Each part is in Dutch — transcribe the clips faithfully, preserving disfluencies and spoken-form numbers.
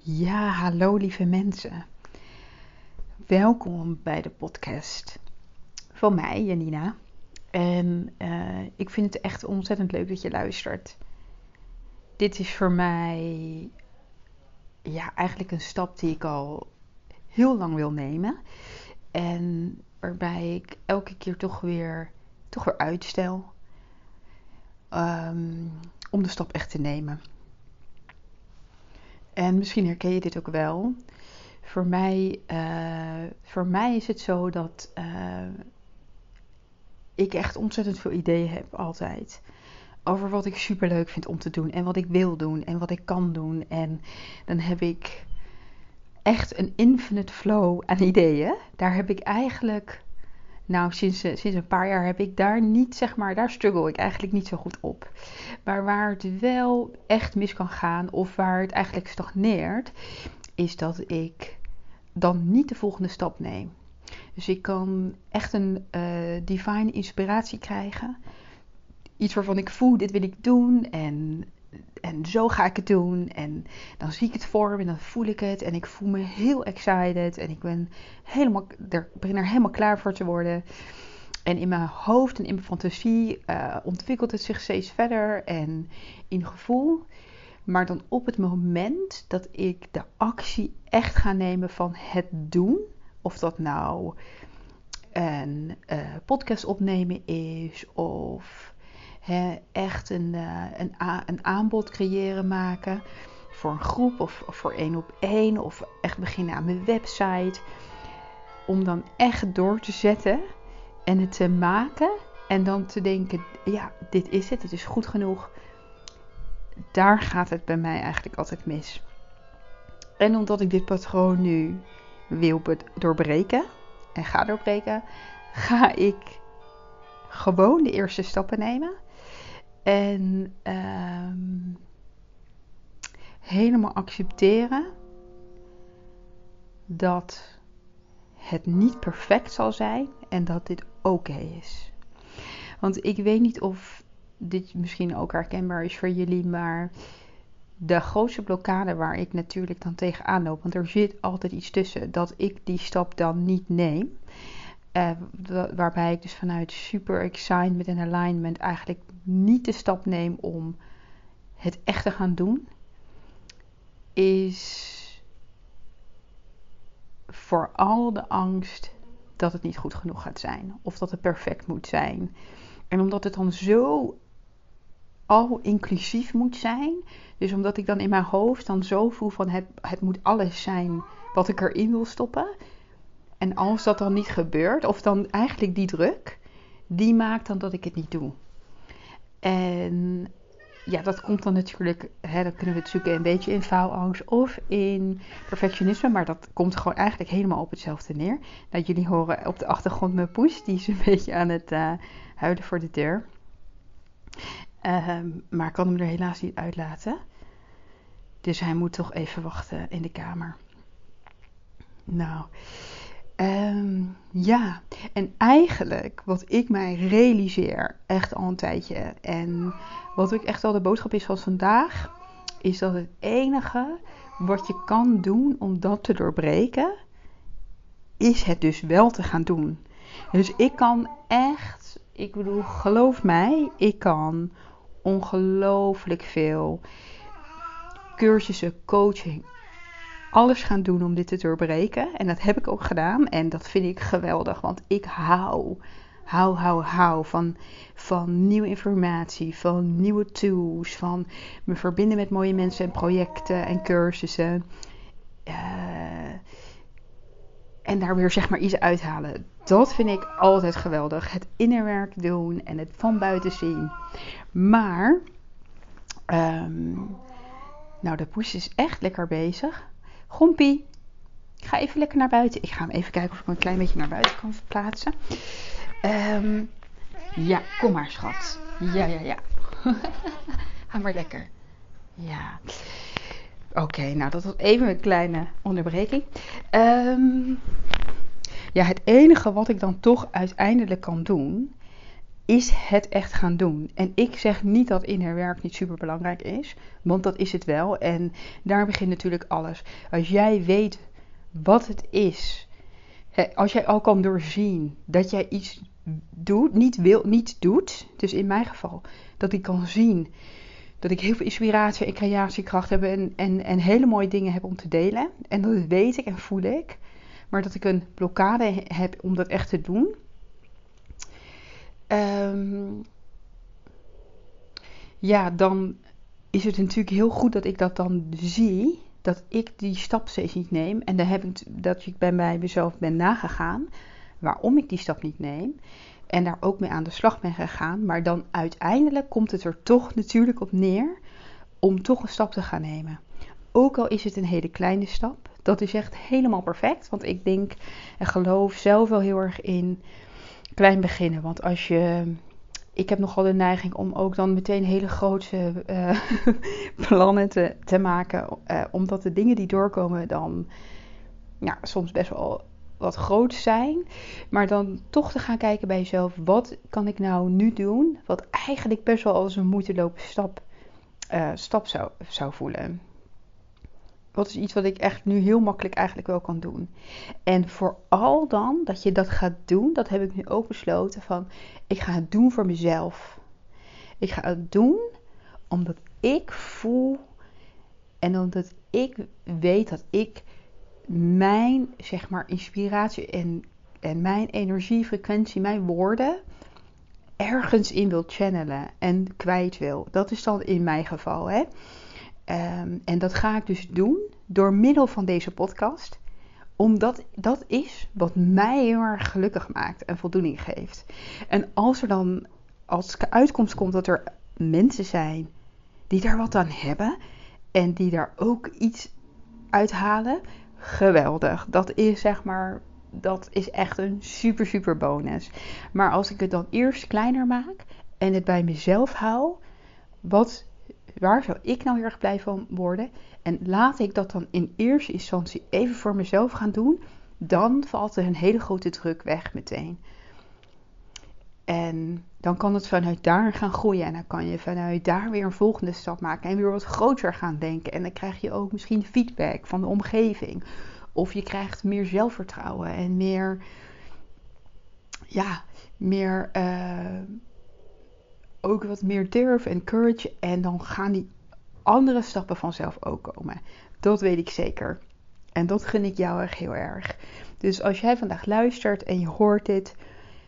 Ja, hallo lieve mensen. Welkom bij de podcast van mij, Janina. En uh, ik vind het echt ontzettend leuk dat je luistert. Dit is voor mij ja, eigenlijk een stap die ik al heel lang wil nemen. En waarbij ik elke keer toch weer, toch weer uitstel um, om de stap echt te nemen. En misschien herken je dit ook wel. Voor mij, uh, voor mij is het zo dat uh, ik echt ontzettend veel ideeën heb altijd. Over wat ik super leuk vind om te doen. En wat ik wil doen. En wat ik kan doen. En dan heb ik echt een infinite flow aan ideeën. Daar heb ik eigenlijk... Nou, sinds, sinds een paar jaar heb ik daar niet, zeg maar... Daar struggle ik eigenlijk niet zo goed op. Maar waar het wel echt mis kan gaan... Of waar het eigenlijk stagneert... Is dat ik dan niet de volgende stap neem. Dus ik kan echt een uh, divine inspiratie krijgen. Iets waarvan ik voel, dit wil ik doen. En, en zo ga ik het doen. En dan zie ik het voor me en dan voel ik het. En ik voel me heel excited. En ik ben, helemaal, er, begin er helemaal klaar voor te worden. En in mijn hoofd en in mijn fantasie uh, ontwikkelt het zich steeds verder. En in gevoel. Maar dan op het moment dat ik de actie echt ga nemen van het doen. Of dat nou een uh, podcast opnemen is. Of he, echt een, uh, een, a- een aanbod creëren maken. Voor een groep of, of voor één op één. Of echt beginnen aan mijn website. Om dan echt door te zetten. En het te maken. En dan te denken, ja, dit is het. Het is goed genoeg. Daar gaat het bij mij eigenlijk altijd mis. En omdat ik dit patroon nu wil doorbreken en ga doorbreken, ga ik gewoon de eerste stappen nemen. En um, helemaal accepteren dat het niet perfect zal zijn en dat dit oké is. Want ik weet niet of dit misschien ook herkenbaar is voor jullie, maar de grootste blokkade waar ik natuurlijk dan tegenaan loop, want er zit altijd iets tussen, dat ik die stap dan niet neem. Uh, waarbij ik dus vanuit super excitement en alignment eigenlijk niet de stap neem om het echt te gaan doen, is vooral de angst dat het niet goed genoeg gaat zijn. Of dat het perfect moet zijn. En omdat het dan zo al inclusief moet zijn. Dus omdat ik dan in mijn hoofd dan zo voel van het, het moet alles zijn wat ik erin wil stoppen. En als dat dan niet gebeurt, of dan eigenlijk die druk, die maakt dan dat ik het niet doe. En ja, dat komt dan natuurlijk, hè, dan kunnen we het zoeken een beetje in faalangst of in perfectionisme. Maar dat komt gewoon eigenlijk helemaal op hetzelfde neer. Nou, jullie horen op de achtergrond mijn poes, die is een beetje aan het uh, huilen voor de deur. Uh, maar ik kan hem er helaas niet uitlaten. Dus hij moet toch even wachten in de kamer. Nou, um, ja. En eigenlijk wat ik mij realiseer, echt al een tijdje. En wat ook echt al de boodschap is van vandaag, is dat het enige wat je kan doen om dat te doorbreken, is het dus wel te gaan doen. Dus ik kan echt, ik bedoel, geloof mij, ik kan ongelooflijk veel cursussen, coaching, alles gaan doen om dit te doorbreken. En dat heb ik ook gedaan. En dat vind ik geweldig. Want ik hou, hou, hou, hou van, van nieuwe informatie, van nieuwe tools, van me verbinden met mooie mensen en projecten en cursussen. Uh, en daar weer zeg maar iets uithalen. Dat vind ik altijd geweldig. Het innerwerk doen en het van buiten zien. Maar, um, nou de poes is echt lekker bezig. Gompie, ik ga even lekker naar buiten. Ik ga hem even kijken of ik hem een klein beetje naar buiten kan verplaatsen. Um, ja, kom maar schat. Ja, ja, ja. Ga maar lekker. Ja. Oké, okay, nou dat was even een kleine onderbreking. Um, ja, het enige wat ik dan toch uiteindelijk kan doen, is het echt gaan doen. En ik zeg niet dat inner werk niet super belangrijk is, want dat is het wel. En daar begint natuurlijk alles. Als jij weet wat het is, als jij al kan doorzien dat jij iets doet, niet wil, niet doet, dus in mijn geval, dat ik kan zien dat ik heel veel inspiratie en creatiekracht heb en, en, en hele mooie dingen heb om te delen. En dat weet ik en voel ik. Maar dat ik een blokkade heb om dat echt te doen. Um, ja, dan is het natuurlijk heel goed dat ik dat dan zie. Dat ik die stap steeds niet neem. En dan heb ik dat ik bij mezelf ben nagegaan. Waarom ik die stap niet neem. En daar ook mee aan de slag ben gegaan. Maar dan uiteindelijk komt het er toch natuurlijk op neer. Om toch een stap te gaan nemen. Ook al is het een hele kleine stap. Dat is echt helemaal perfect. Want ik denk en geloof zelf wel heel erg in klein beginnen. Want als je... Ik heb nogal de neiging om ook dan meteen hele grote uh, plannen te, te maken. Uh, omdat de dingen die doorkomen dan ja, soms best wel wat groot zijn. Maar dan toch te gaan kijken bij jezelf. Wat kan ik nou nu doen? Wat eigenlijk best wel als een moeiteloze stap, uh, stap zou, zou voelen. Wat is iets wat ik echt nu heel makkelijk eigenlijk wel kan doen. En vooral dan dat je dat gaat doen, dat heb ik nu ook besloten van, ik ga het doen voor mezelf. Ik ga het doen omdat ik voel en omdat ik weet dat ik mijn, zeg maar, inspiratie en, en mijn energiefrequentie, mijn woorden, ergens in wil channelen en kwijt wil. Dat is dan in mijn geval, hè. Um, en dat ga ik dus doen door middel van deze podcast. Omdat dat is wat mij heel erg gelukkig maakt en voldoening geeft. En als er dan als uitkomst komt dat er mensen zijn die daar wat aan hebben. En die daar ook iets uithalen. Geweldig. Dat is zeg maar, dat is echt een super super bonus. Maar als ik het dan eerst kleiner maak en het bij mezelf hou. Wat... Waar zou ik nou heel erg blij van worden? En laat ik dat dan in eerste instantie even voor mezelf gaan doen. Dan valt er een hele grote druk weg meteen. En dan kan het vanuit daar gaan groeien. En dan kan je vanuit daar weer een volgende stap maken. En weer wat groter gaan denken. En dan krijg je ook misschien feedback van de omgeving. Of je krijgt meer zelfvertrouwen. En meer... Ja, meer... Uh, ook wat meer durf en courage. En dan gaan die andere stappen vanzelf ook komen. Dat weet ik zeker. En dat gun ik jou echt heel erg. Dus als jij vandaag luistert en je hoort dit.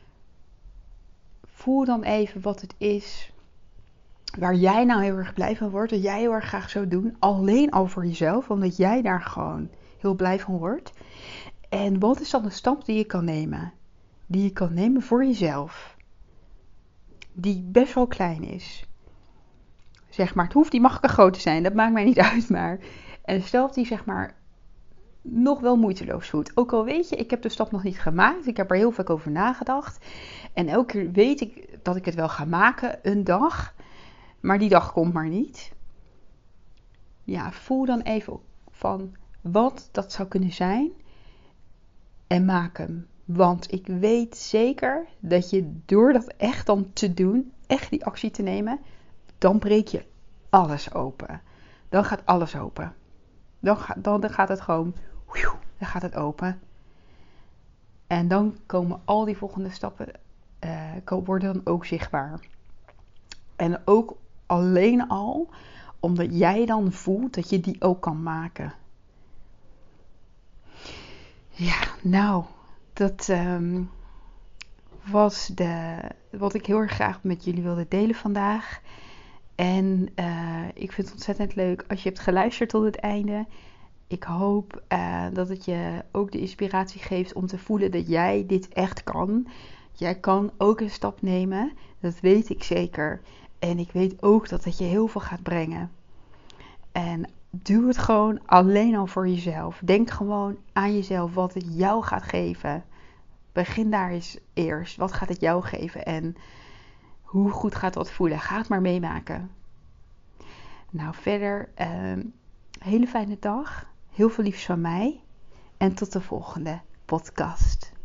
Voel dan even wat het is. Waar jij nou heel erg blij van wordt. Dat jij heel erg graag zou doen. Alleen al voor jezelf. Omdat jij daar gewoon heel blij van wordt. En wat is dan de stap die je kan nemen? Die je kan nemen voor jezelf. Die best wel klein is. Zeg maar, het hoeft die makkelijk groot te zijn. Dat maakt mij niet uit. Maar. En stel dat die zeg maar nog wel moeiteloos voelt. Ook al weet je, ik heb de stap nog niet gemaakt. Ik heb er heel vaak over nagedacht. En elke keer weet ik dat ik het wel ga maken. Een dag. Maar die dag komt maar niet. Ja, voel dan even van wat dat zou kunnen zijn. En maak hem. Want ik weet zeker dat je door dat echt dan te doen. Echt die actie te nemen. Dan breek je alles open. Dan gaat alles open. Dan, ga, dan, dan gaat het gewoon, dan gaat het open. En dan komen al die volgende stappen, uh, worden dan ook zichtbaar. En ook alleen al, omdat jij dan voelt dat je die ook kan maken. Ja, nou, dat um, was de, wat ik heel erg graag met jullie wilde delen vandaag. En uh, ik vind het ontzettend leuk als je hebt geluisterd tot het einde. Ik hoop uh, dat het je ook de inspiratie geeft om te voelen dat jij dit echt kan. Jij kan ook een stap nemen. Dat weet ik zeker. En ik weet ook dat het je heel veel gaat brengen. En doe het gewoon alleen al voor jezelf. Denk gewoon aan jezelf wat het jou gaat geven. Begin daar eens eerst. Wat gaat het jou geven? En hoe goed gaat dat voelen? Ga het maar meemaken. Nou, verder, uh, hele fijne dag. Heel veel liefs van mij. En tot de volgende podcast.